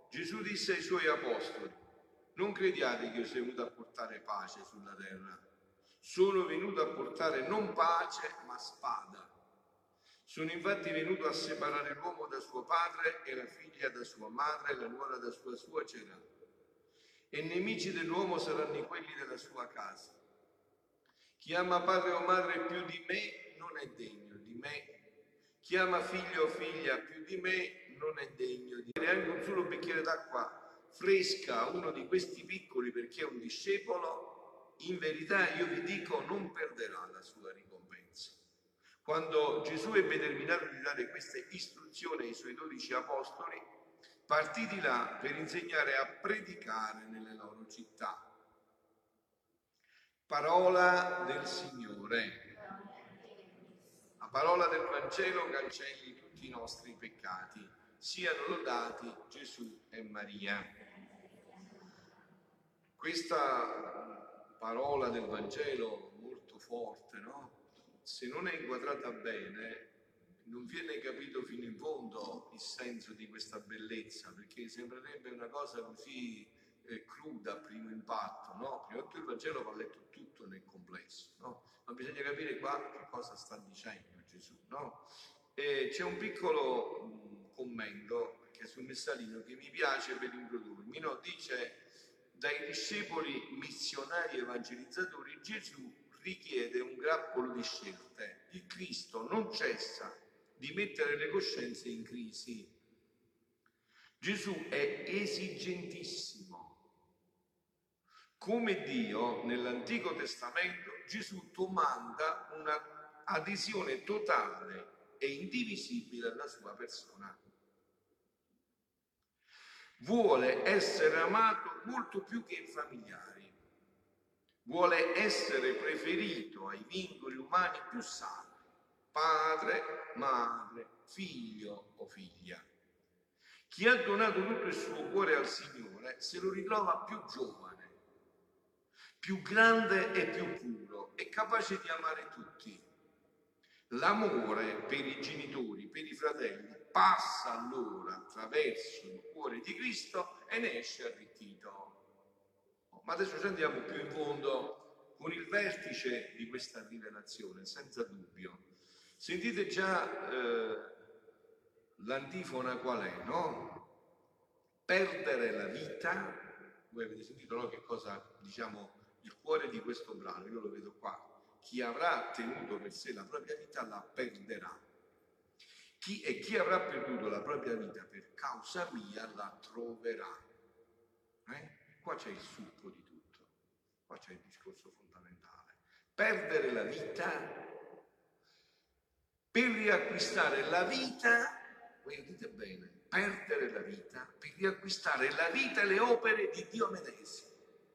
Gesù disse ai suoi apostoli: non crediate che io sia venuto a portare pace sulla terra. Sono venuto a portare non pace, ma spada. Sono infatti venuto a separare l'uomo da suo padre e la figlia da sua madre e la nuora da sua suocera. E nemici dell'uomo saranno quelli della sua casa. Chi ama padre o madre più di me non è degno di me. Chi ama figlio o figlia più di me non è degno di me. Anche un solo bicchiere d'acqua fresca a uno di questi piccoli perché è un discepolo, in verità io vi dico non perderà la sua ricompensa. Quando Gesù ebbe terminato di dare queste istruzioni ai suoi 12 apostoli, partì di là per insegnare a predicare nelle loro città. Parola del Signore. La parola del Vangelo cancelli tutti i nostri peccati. Siano lodati Gesù e Maria. Questa parola del Vangelo molto forte, no? Se non è inquadrata bene, non viene capito fino in fondo il senso di questa bellezza, perché sembrerebbe una cosa così cruda a primo impatto, no? Prima di tutto il Vangelo va letto tutto nel complesso, no? Ma bisogna capire qua che cosa sta dicendo Gesù, no? C'è un piccolo commento che è sul messalino che mi piace per introdurmi, no? Dice: dai discepoli missionari evangelizzatori Gesù richiede un grappolo di scelte. Il Cristo non cessa di mettere le coscienze in crisi. Gesù è esigentissimo. Come Dio nell'Antico Testamento, Gesù domanda una adesione totale e indivisibile alla sua persona. Vuole essere amato molto più che i familiari. Vuole essere preferito ai vincoli umani più sacri: padre, madre, figlio o figlia. Chi ha donato tutto il suo cuore al Signore se lo ritrova più giovane, più grande e più puro e capace di amare tutti. L'amore per i genitori, per i fratelli, passa allora attraverso il cuore di Cristo e ne esce arricchito. Ma adesso ci andiamo più in fondo con il vertice di questa rivelazione, senza dubbio. Sentite già l'antifona qual è, no? Perdere la vita, voi avete sentito, no? Che cosa, diciamo, il cuore di questo brano, io lo vedo qua. Chi avrà tenuto per sé la propria vita la perderà. Chi avrà perduto la propria vita per causa mia la troverà. Qua c'è il succo di tutto, qua c'è il discorso fondamentale. Perdere la vita per riacquistare la vita, voi udite bene, perdere la vita per riacquistare la vita e le opere di Dio medesimo.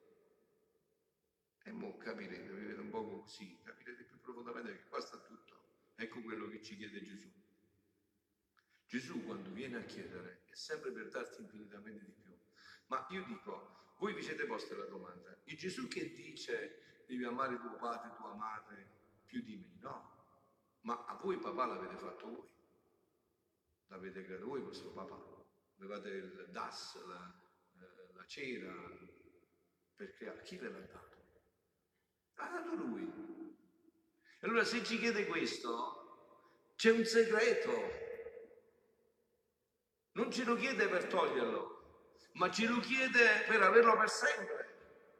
E mo capirete, vivete un po' così, capirete più profondamente che qua sta tutto. Ecco quello che ci chiede Gesù. Gesù quando viene a chiedere è sempre per darti infinitamente di più. Ma io dico, voi vi siete posti la domanda, il Gesù che dice devi amare tuo padre e tua madre più di me, no? Ma a voi papà l'avete fatto voi, l'avete creato voi questo papà, avevate il DAS, la cera per creare, chi ve l'ha dato? L'ha dato lui. E allora se ci chiede questo, c'è un segreto. Non ce lo chiede per toglierlo, ma ce lo chiede per averlo per sempre.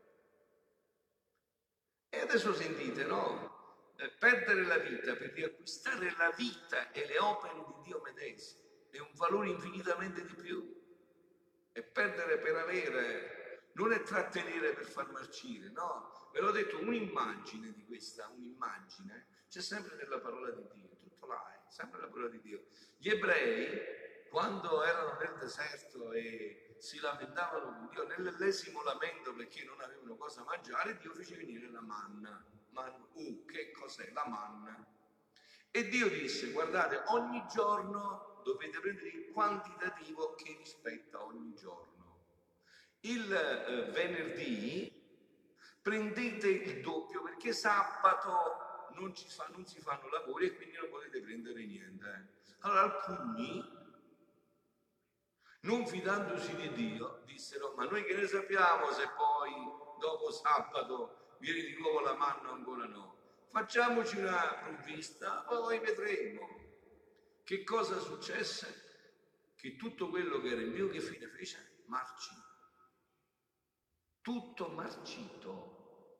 E adesso sentite, no? Perdere la vita per riacquistare la vita e le opere di Dio medesimo è un valore infinitamente di più. E perdere per avere non è trattenere per far marcire, no? Ve l'ho detto, un'immagine di questa, un'immagine c'è sempre nella parola di Dio, tutto là, sempre nella parola di Dio. Gli ebrei, quando erano nel deserto e si lamentavano con Dio, nell'ennesimo lamento perché non avevano cosa mangiare, Dio fece venire la manna. Che cos'è? La manna. E Dio disse: guardate, ogni giorno dovete prendere il quantitativo che rispetta ogni giorno. Il venerdì prendete il doppio perché sabato non si fanno lavori e quindi non potete prendere niente. Allora alcuni non fidandosi di Dio, dissero: ma noi che ne sappiamo se poi dopo sabato viene di nuovo la manna o ancora no? Facciamoci una provvista, poi vedremo. Che cosa successe? Che tutto quello che era in Dio, che fine fece? Marcì. Tutto marcito.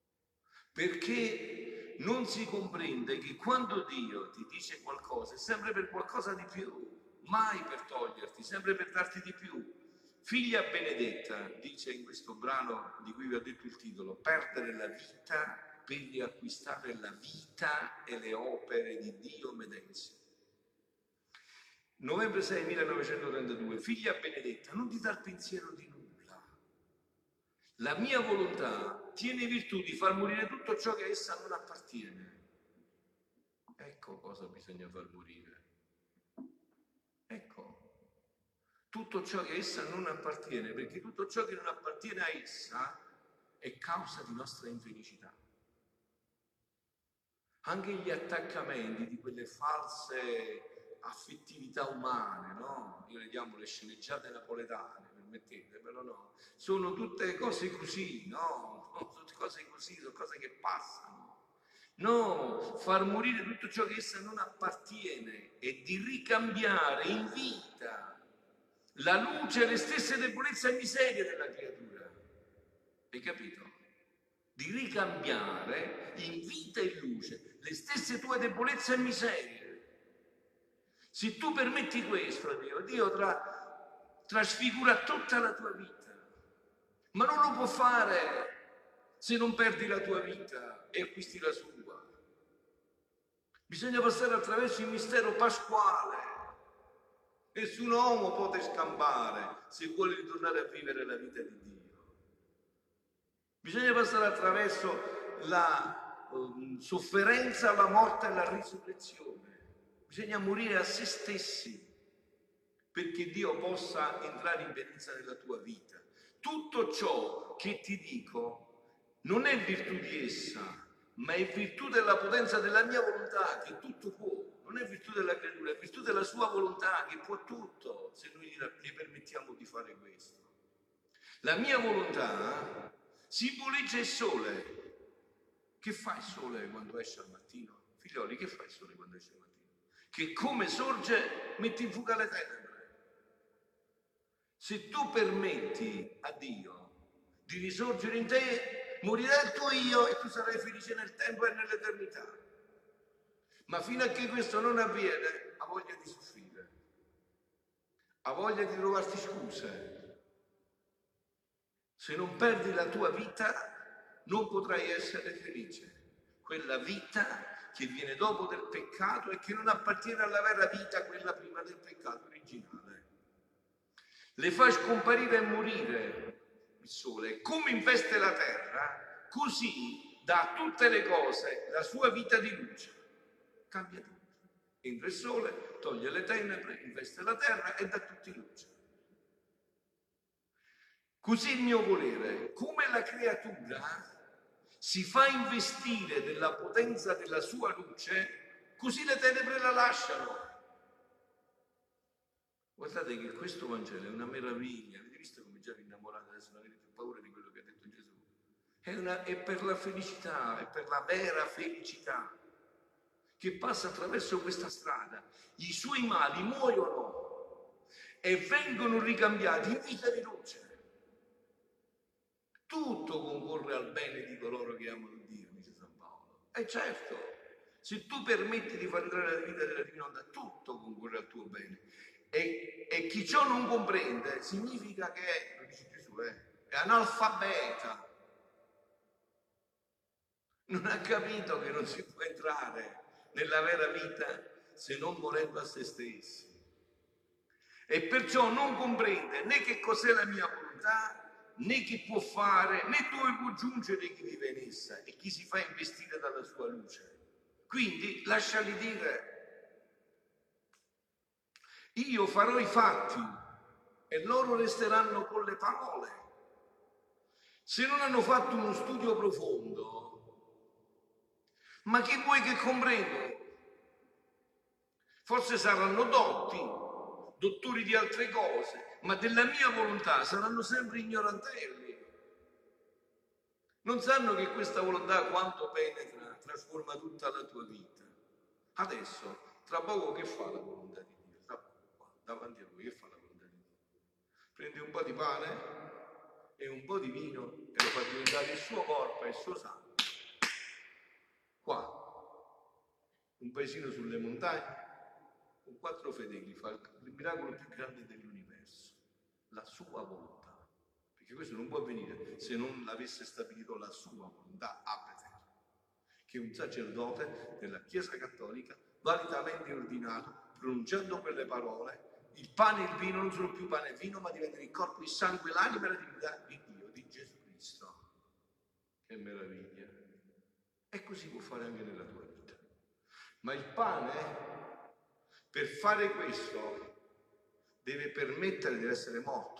Perché non si comprende che quando Dio ti dice qualcosa è sempre per qualcosa di più, mai per toglierti, sempre per darti di più. Figlia benedetta, dice in questo brano di cui vi ho detto il titolo, perdere la vita per riacquistare la vita e le opere di Dio medesimo. Novembre 6 1932, figlia benedetta, non ti dar pensiero di nulla. La mia volontà tiene virtù di far morire tutto ciò che a essa non appartiene. Ecco cosa bisogna far morire. Ecco, tutto ciò che a essa non appartiene, perché tutto ciò che non appartiene a essa è causa di nostra infelicità. Anche gli attaccamenti di quelle false affettività umane, no? Io le chiamo le sceneggiate napoletane, permettete, però no. Sono tutte cose così, no? Sono tutte cose così, sono cose che passano. No, far morire tutto ciò che essa non appartiene e di ricambiare in vita la luce e le stesse debolezze e miserie della creatura. Hai capito? Di ricambiare in vita e luce le stesse tue debolezze e miserie. Se tu permetti questo a Dio, Dio trasfigura tutta la tua vita, ma non lo può fare se non perdi la tua vita e acquisti la sua. Bisogna passare attraverso il mistero pasquale. Nessun uomo può scampare se vuole ritornare a vivere la vita di Dio. Bisogna passare attraverso la sofferenza, la morte e la risurrezione. Bisogna morire a se stessi perché Dio possa entrare in pienezza nella tua vita. Tutto ciò che ti dico non è virtù di essa, ma è virtù della potenza della mia volontà che tutto può. Non è virtù della creatura, è virtù della sua volontà che può tutto se noi gli permettiamo di fare questo. La mia volontà simboleggia il sole. Che fa il sole quando esce al mattino? Figlioli, che fa il sole quando esce al mattino? Che come sorge mette in fuga le tenebre. Se tu permetti a Dio di risorgere in te, morirà il tuo io e tu sarai felice nel tempo e nell'eternità. Ma fino a che questo non avviene, ha voglia di soffrire, ha voglia di trovarti scuse. Se non perdi la tua vita, non potrai essere felice. Quella vita che viene dopo del peccato e che non appartiene alla vera vita, quella prima del peccato originale. Le fa scomparire e morire il sole. Come investe la terra, così dà a tutte le cose la sua vita di luce. Cambia tutto. Entra il sole, toglie le tenebre, investe la terra e dà a tutti luce. Così il mio volere, come la creatura si fa investire della potenza della sua luce, così le tenebre la lasciano. Guardate che questo Vangelo è una meraviglia. Avete visto come già vi innamorate, adesso non avete più paura di quello che ha detto Gesù. È per la felicità, è per la vera felicità che passa attraverso questa strada. I suoi mali muoiono e vengono ricambiati in vita di luce. Tutto concorre al bene di coloro che amano Dio, dice San Paolo. E certo, se tu permetti di far entrare la vita della divina onda, tutto concorre al tuo bene. E chi ciò non comprende significa che, lo dice Gesù, è analfabeta. Non ha capito che non si può entrare nella vera vita se non morendo a se stessi. E perciò non comprende né che cos'è la mia volontà, né chi può fare, né dove può giungere chi vive in essa e chi si fa investire dalla sua luce. Quindi lasciali dire: io farò i fatti e loro resteranno con le parole. Se non hanno fatto uno studio profondo, ma che vuoi che comprendano? Forse saranno dotti, dottori di altre cose, ma della mia volontà saranno sempre ignorantelli. Non sanno che questa volontà, quanto penetra, trasforma tutta la tua vita. Adesso, tra poco, che fa la volontà di Dio? Tra poco, qua, davanti a voi, che fa la volontà di Dio? Prende un po' di pane e un po' di vino e lo fa diventare il suo corpo e il suo sangue. Qua, un paesino sulle montagne, con 4 fedeli, fa il miracolo più grande dell'universo, la sua volontà. Perché questo non può avvenire se non l'avesse stabilito la sua volontà a Betel, che un sacerdote della Chiesa Cattolica, validamente ordinato, pronunciando quelle parole, il pane e il vino non sono più pane e vino, ma diventano il corpo, il sangue, l'anima e la divinità di Dio, di Gesù Cristo. Che meraviglia! E così può fare anche nella tua vita. Ma il pane, per fare questo, deve permettere di essere morto.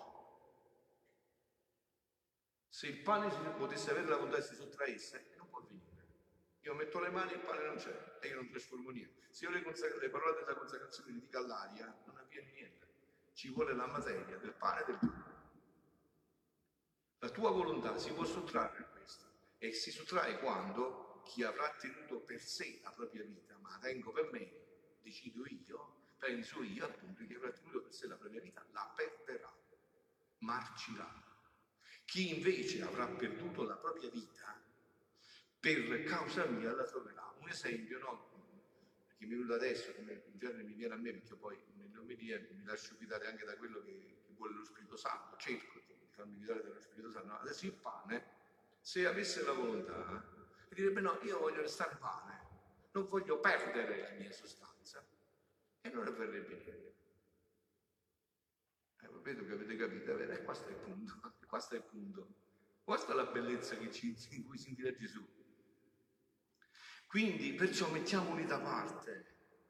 Se il pane potesse avere la volontà e si sottraesse, non può avvenire. Io metto le mani e il pane non c'è e io non trasformo niente. Se io le parole della consacrazione le dico all'aria, non avviene niente. Ci vuole la materia del pane e del vino. La tua volontà si può sottrarre a questo e si sottrae quando chi avrà tenuto per sé la propria vita, ma tengo per me, decido io, penso io appunto, chi avrà tenuto per sé la propria vita la perderà, marcirà. Chi invece avrà perduto la propria vita, per causa mia la troverà. Un esempio, no? Che mi è venuto adesso, come in genere mi viene a me, perché poi nell'omelia mi lascio guidare anche da quello che vuole lo Spirito Santo, cerco di farmi guidare dallo Spirito Santo. No, adesso il pane, se avesse la volontà, direbbe no, io voglio restare pane, non voglio perdere la mia sostanza, e non avverrebbe niente. Vedo che avete capito, questo è il punto, questo è il punto. Questa è la bellezza in cui si intende Gesù. Quindi, perciò mettiamoli da parte.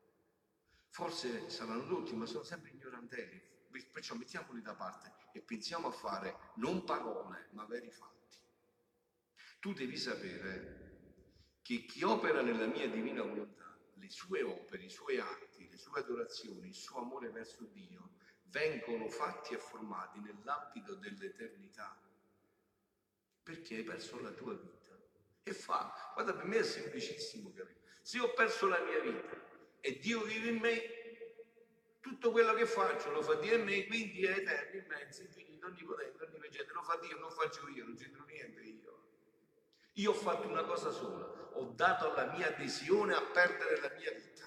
Forse saranno dotti, ma sono sempre ignorantelli. Perciò mettiamoli da parte e pensiamo a fare non parole, ma veri fatti. Tu devi sapere che chi opera nella mia divina volontà, le sue opere, i suoi atti, le sue adorazioni, il suo amore verso Dio, vengono fatti e formati nell'ambito dell'eternità, perché hai perso la tua vita. E guarda, per me è semplicissimo capire. Se ho perso la mia vita e Dio vive in me, tutto quello che faccio lo fa Dio in me, quindi è eterno, immenso, infinito, onnipotente, onniveggente, lo fa Dio, non faccio io, non c'entro niente io. Io ho fatto una cosa sola, ho dato la mia adesione a perdere la mia vita.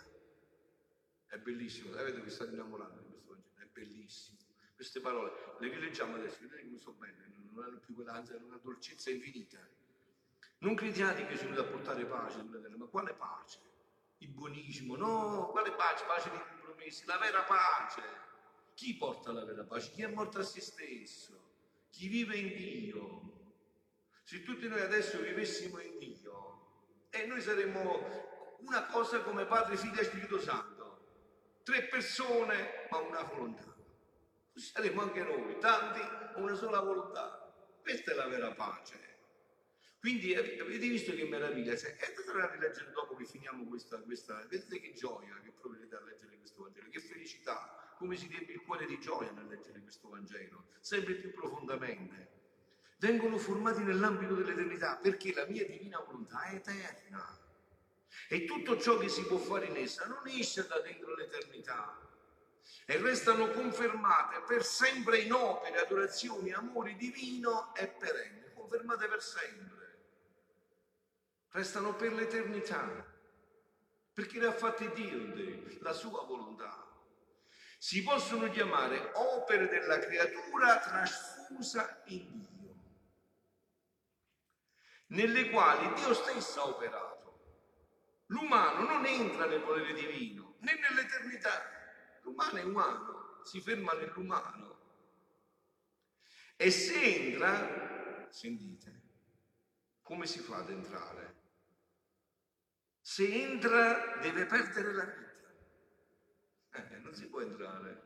È bellissimo, vedete che state innamorando di questo Vangelo, è bellissimo. Queste parole le rileggiamo adesso, vedete come sono belle, non hanno più quell'ansia, hanno una dolcezza infinita. Non crediate che sono venuto a portare pace sulla terra, ma quale pace? Il buonismo, no, quale pace? Pace dei compromessi, la vera pace. Chi porta la vera pace? Chi è morto a se stesso, chi vive in Dio. Se tutti noi adesso vivessimo in Dio, noi saremmo una cosa come Padre, Figlio e Spirito Santo. 3 persone, ma una volontà. Così saremmo anche noi, tanti, ma una sola volontà. Questa è la vera pace. Quindi avete visto che meraviglia? Andate a rileggere dopo che finiamo questa. Vedete che gioia che proverete a leggere questo Vangelo, che felicità, come si riempie il cuore di gioia nel leggere questo Vangelo, sempre più profondamente. Vengono formati nell'ambito dell'eternità, perché la mia divina volontà è eterna. E tutto ciò che si può fare in essa non esce da dentro l'eternità e restano confermate per sempre in opere, adorazioni, amore divino e perenne, confermate per sempre. Restano per l'eternità, perché le ha fatte Dio, la sua volontà. Si possono chiamare opere della creatura trasfusa in Dio, nelle quali Dio stesso ha operato. L'umano non entra nel volere divino, né nell'eternità. L'umano è umano, si ferma nell'umano. E se entra, sentite, come si fa ad entrare? Se entra deve perdere la vita. Non si può entrare.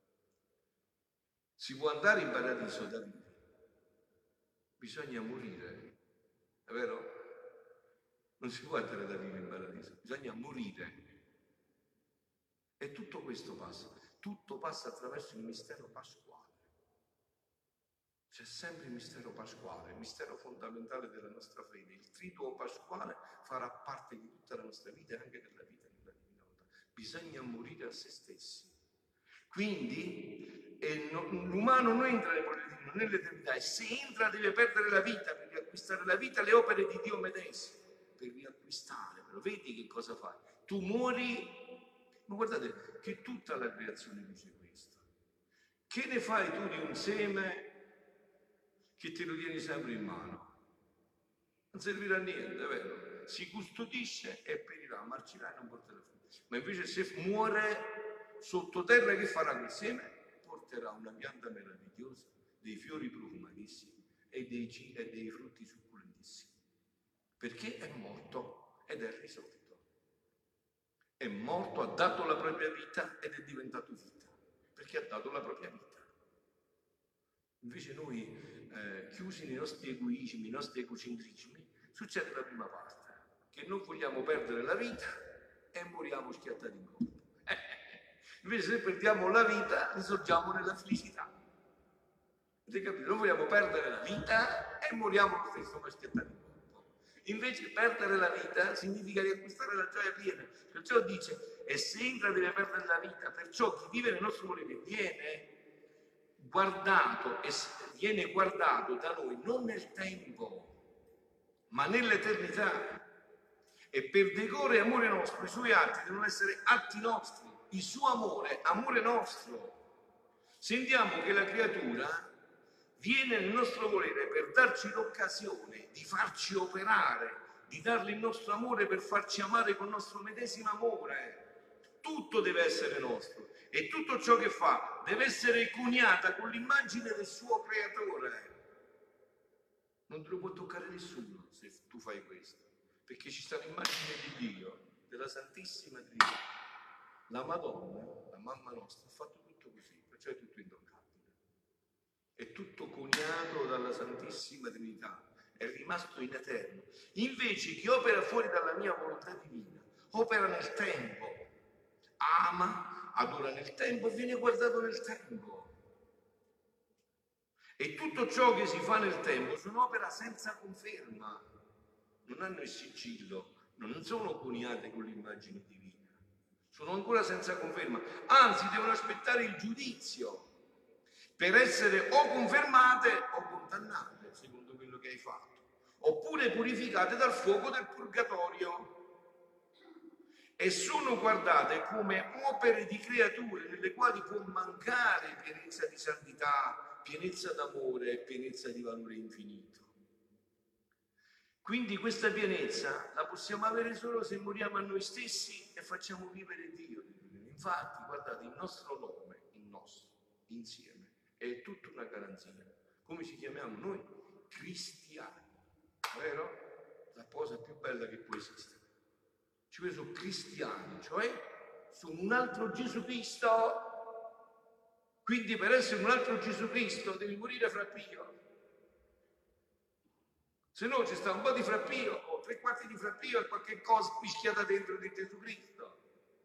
Si può andare in paradiso da vivere. Bisogna morire. È vero? Non si può andare da vivere in paradiso. Bisogna morire. E tutto questo passa. tutto passa attraverso il mistero pasquale. C'è sempre il mistero pasquale, il mistero fondamentale della nostra fede. Il triduo pasquale farà parte di tutta la nostra vita e anche della vita della divina volontà. Bisogna morire a se stessi. Quindi l'umano non entra nell'eternità, e se entra deve perdere la vita per riacquistare la vita, le opere di Dio medesimo, per riacquistare. Però vedi che cosa fai? Tu muori, ma guardate che tutta la creazione dice questo. Che ne fai tu di un seme che te lo tieni sempre in mano? Non servirà a niente, è vero? Si custodisce e perirà, marcirà e non porterà frutto. Ma invece se muore sottoterra, che farà quel seme? Porterà una pianta meravigliosa, dei fiori profumatissimi e dei frutti succulentissimi. Perché è morto ed è risorto. È morto, ha dato la propria vita ed è diventato vita, perché ha dato la propria vita. Invece noi, chiusi nei nostri egoismi, nei nostri egocentrismi, succede la prima parte, che non vogliamo perdere la vita e moriamo schiattati in corpo. Invece se perdiamo la vita, risorgiamo nella felicità. Avete capito? Non vogliamo perdere la vita e moriamo lo stesso ma schiattati in corpo. Invece perdere la vita significa riacquistare la gioia piena. Perciò dice, e se entra deve perdere la vita. Perciò chi vive nel nostro volere viene guardato da noi non nel tempo, ma nell'eternità. E per decore e amore nostro, i suoi atti devono essere atti nostri, il suo amore nostro. Sentiamo che la creatura viene nel nostro volere per darci l'occasione di farci operare, di darle il nostro amore per farci amare con il nostro medesimo amore. Tutto deve essere nostro e tutto ciò che fa deve essere coniata con l'immagine del suo creatore. Non te lo può toccare nessuno se tu fai questo, perché ci sta l'immagine di Dio, della Santissima Trinità. La Madonna, la mamma nostra, ha fatto tutto così, perciò è tutto intoccabile. È tutto coniato dalla Santissima Trinità, è rimasto in eterno. Invece chi opera fuori dalla mia volontà divina, opera nel tempo, ama, adora nel tempo e viene guardato nel tempo. E tutto ciò che si fa nel tempo sono opera senza conferma, non hanno il sigillo, non sono coniate con l'immagine divina, sono ancora senza conferma, anzi devono aspettare il giudizio per essere o confermate o condannate, secondo quello che hai fatto, oppure purificate dal fuoco del purgatorio. E sono guardate come opere di creature nelle quali può mancare pienezza di santità, pienezza d'amore e pienezza di valore infinito. Quindi questa pienezza la possiamo avere solo se moriamo a noi stessi e facciamo vivere Dio. Infatti, guardate, il nostro nome, il nostro, insieme, è tutta una garanzia. Come ci chiamiamo noi? Cristiani, vero? La cosa più bella che può esistere. Cioè sono cristiani, cioè sono un altro Gesù Cristo. Quindi per essere un altro Gesù Cristo devi morire frappio. Se no ci sta un po' di frappio o 3/4 di frappio e qualche cosa mischiata dentro di Gesù Cristo.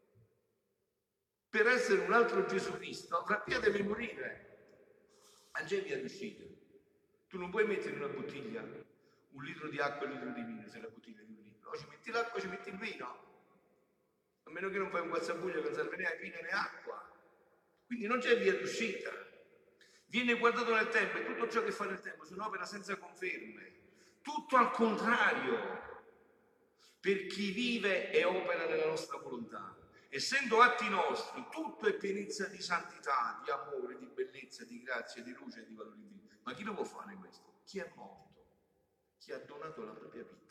Per essere un altro Gesù Cristo, frappio deve morire. Non c'è via d'uscita. Tu non puoi mettere in una bottiglia 1 litro di acqua e 1 litro di vino, se è la bottiglia di 1 litro. O ci metti l'acqua o ci metti il vino. A meno che non fai un guazzabuglio che non serve né vino né acqua. Quindi non c'è via d'uscita. Viene guardato nel tempo e tutto ciò che fa nel tempo è un'opera senza conferme. Tutto al contrario, per chi vive e opera nella nostra volontà. Essendo atti nostri, tutto è pienezza di santità, di amore, di bellezza, di grazia, di luce e di valore divino. Ma chi lo può fare questo? Chi è morto, chi ha donato la propria vita.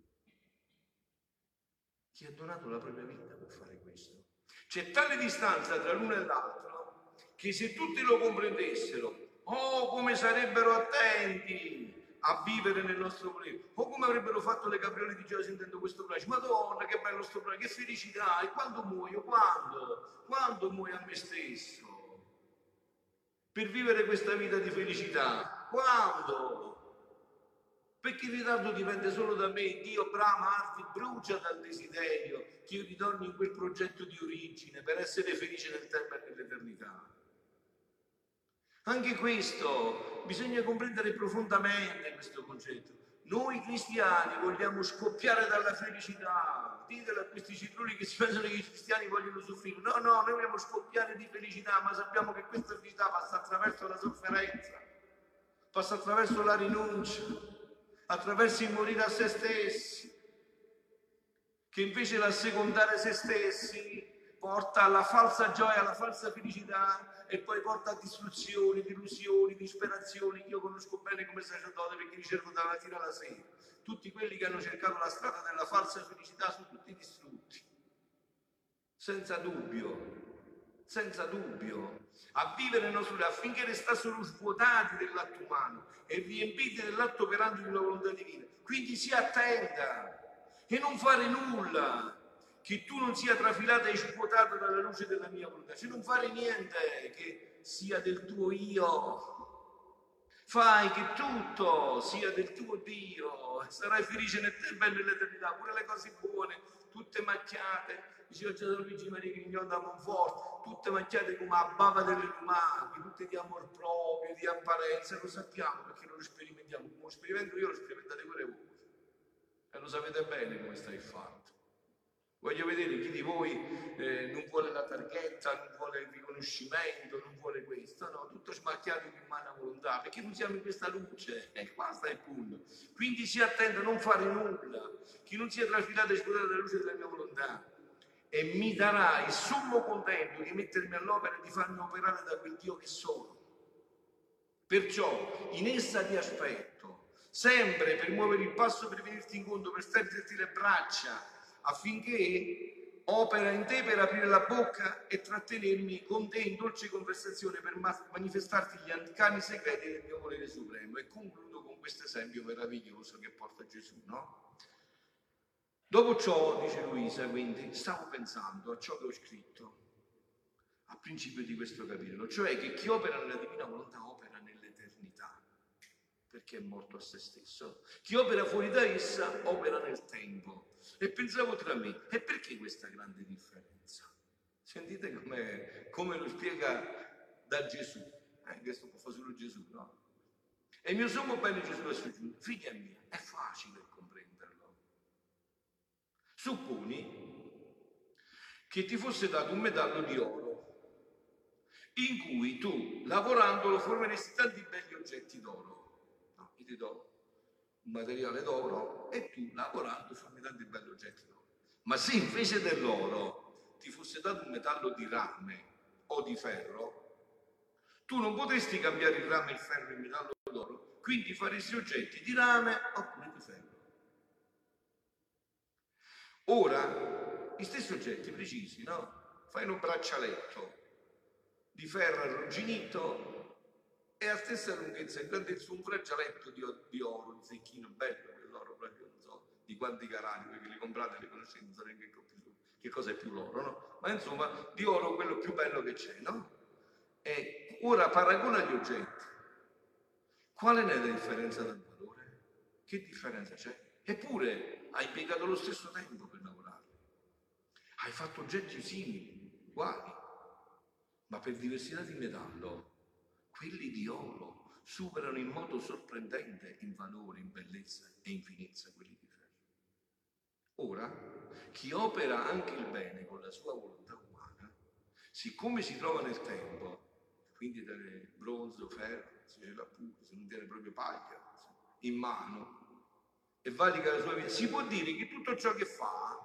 Chi ha donato la propria vita può fare questo. C'è tale distanza tra l'uno e l'altro che se tutti lo comprendessero, oh come sarebbero attenti a vivere nel nostro volere, o come avrebbero fatto le capriole di Gesù sentendo questo braccio. Madonna che bello sto braccio, che felicità, e quando muoio? Quando muoio a me stesso? Per vivere questa vita di felicità, quando? Perché il ritardo dipende solo da me. Dio brama, ardi, brucia dal desiderio che io ritorni in quel progetto di origine per essere felice nel tempo e nell'eternità. Anche questo bisogna comprendere profondamente questo concetto. Noi cristiani vogliamo scoppiare dalla felicità. Ditelo a questi citrulli che si pensano che i cristiani vogliono soffrire. No, no, noi vogliamo scoppiare di felicità, ma sappiamo che questa felicità passa attraverso la sofferenza, passa attraverso la rinuncia, attraverso il morire a se stessi, che invece l'assecondare se stessi porta alla falsa gioia, alla falsa felicità e poi porta a distruzioni, delusioni, disperazioni. Io conosco bene come sacerdote perché ricerco dalla mattina alla sera. Tutti quelli che hanno cercato la strada della falsa felicità sono tutti distrutti. Senza dubbio, senza dubbio. A vivere non solo affinché restassero svuotati dell'atto umano e riempiti dell'atto operante di una volontà divina. Quindi si attenta e non fare nulla, che tu non sia trafilata e svuotata dalla luce della mia volontà, cioè non fare niente che sia del tuo io. Fai che tutto sia del tuo Dio, sarai felice nel tempo e nell'eternità, pure le cose buone, tutte macchiate. Diceva Gesù Luigi Maria Grignon da Monfort, tutte macchiate come a bava delle lumache, tutte di amor proprio, di apparenza, lo sappiamo perché non lo sperimentiamo, come lo sperimento io, lo sperimentate pure voi. E lo sapete bene come sta il fatto. Voglio vedere chi di voi non vuole la targhetta, non vuole il riconoscimento, non vuole questo, no, tutto smacchiato in umana volontà, perché non siamo in questa luce, e qua sta il punto. Quindi si attenta a non fare nulla, che non sia trafilato e scuotato dalla luce della mia volontà, e mi darà il sommo contento di mettermi all'opera e di farmi operare da quel Dio che sono. Perciò in essa ti aspetto, sempre per muovere il passo, per venirti incontro, per stringerti le braccia, affinché opera in te per aprire la bocca e trattenermi con te in dolce conversazione per manifestarti gli arcani segreti del mio volere supremo. E concludo con questo esempio meraviglioso che porta Gesù, no? Dopo ciò, dice Luisa, quindi, stavo pensando a ciò che ho scritto al principio di questo capitolo, cioè che chi opera nella divina volontà opera nell'eternità, perché è morto a se stesso. Chi opera fuori da essa opera nel tempo. E pensavo tra me, e perché questa grande differenza? Sentite come lo spiega da Gesù, questo può fare solo Gesù, no? E il mio sommo bene Gesù ha soggiunto, figlia mia, è facile comprenderlo. Supponi che ti fosse dato un metallo di oro in cui tu, lavorandolo, formeresti tanti belli oggetti d'oro. No, io ti do un materiale d'oro e tu, lavorando, formi tanti belli oggetti d'oro. Ma se invece dell'oro ti fosse dato un metallo di rame o di ferro, tu non potresti cambiare il rame, il ferro e il metallo d'oro, quindi faresti oggetti di rame oppure di ferro. Ora, gli stessi oggetti precisi, no? Fai un braccialetto di ferro arrugginito e a stessa lunghezza e grandezza un braccialetto di oro, un zecchino bello, quell'oro proprio, non so di quanti carati, perché li comprate, li conoscete, non so neanche che cosa è più l'oro, no? Ma insomma, di oro quello più bello che c'è, no? E ora paragona gli oggetti. Qual è la differenza del valore? Che differenza c'è? Eppure hai impiegato lo stesso tempo per lavorarli. Hai fatto oggetti simili, uguali, ma per diversità di metallo, quelli di oro superano in modo sorprendente in valore, in bellezza e in finezza quelli di ferro. Ora, chi opera anche il bene con la sua volontà umana, siccome si trova nel tempo, quindi dare bronzo, ferro, se ce l'ha pure, se non tiene proprio paglia in mano e valica la sua vita, si può dire che tutto ciò che fa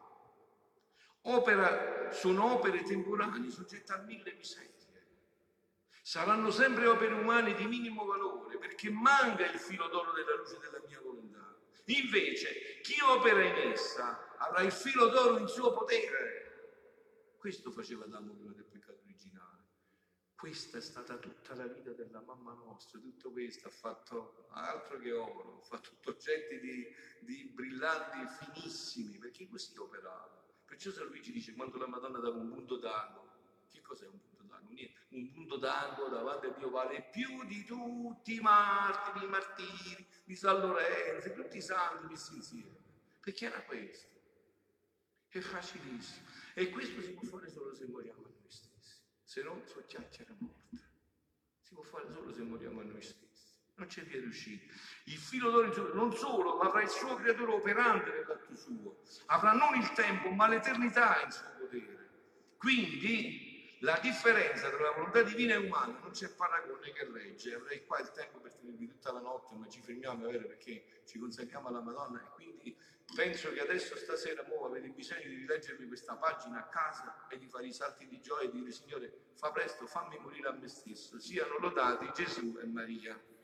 sono opere temporanee soggette a mille miserie. Saranno sempre opere umane di minimo valore perché manca il filo d'oro della luce della mia volontà. Invece chi opera in essa avrà il filo d'oro in suo potere. Questo faceva Adamo prima del peccato originale. Questa è stata tutta la vita della mamma nostra, tutto questo ha fatto altro che oro, ha fatto tutti oggetti di brillanti finissimi, perché così operava. Perciò San Luigi dice, quando la Madonna dava un punto d'ago, che cos'è un punto d'ago? un punto d'angolo davanti a Dio vale più di tutti i martiri, i martiri di San Lorenzo, tutti i santi messi insieme. Perché era questo. È facilissimo. E questo si può fare solo se moriamo a noi stessi. Se no, so chiacchiera morta. Si può fare solo se moriamo a noi stessi. Non c'è via d'uscita. Il filo d'oro non solo avrà il suo creatore operante nell'atto suo, avrà non il tempo ma l'eternità in suo potere. Quindi la differenza tra la volontà divina e umana non c'è paragone che regge. Avrei qua il tempo per tenervi tutta la notte, ma ci fermiamo a vedere perché ci consacriamo alla Madonna e quindi penso che adesso stasera avete bisogno di rileggervi questa pagina a casa e di fare i salti di gioia e di dire Signore fa presto, fammi morire a me stesso, siano lodati Gesù e Maria.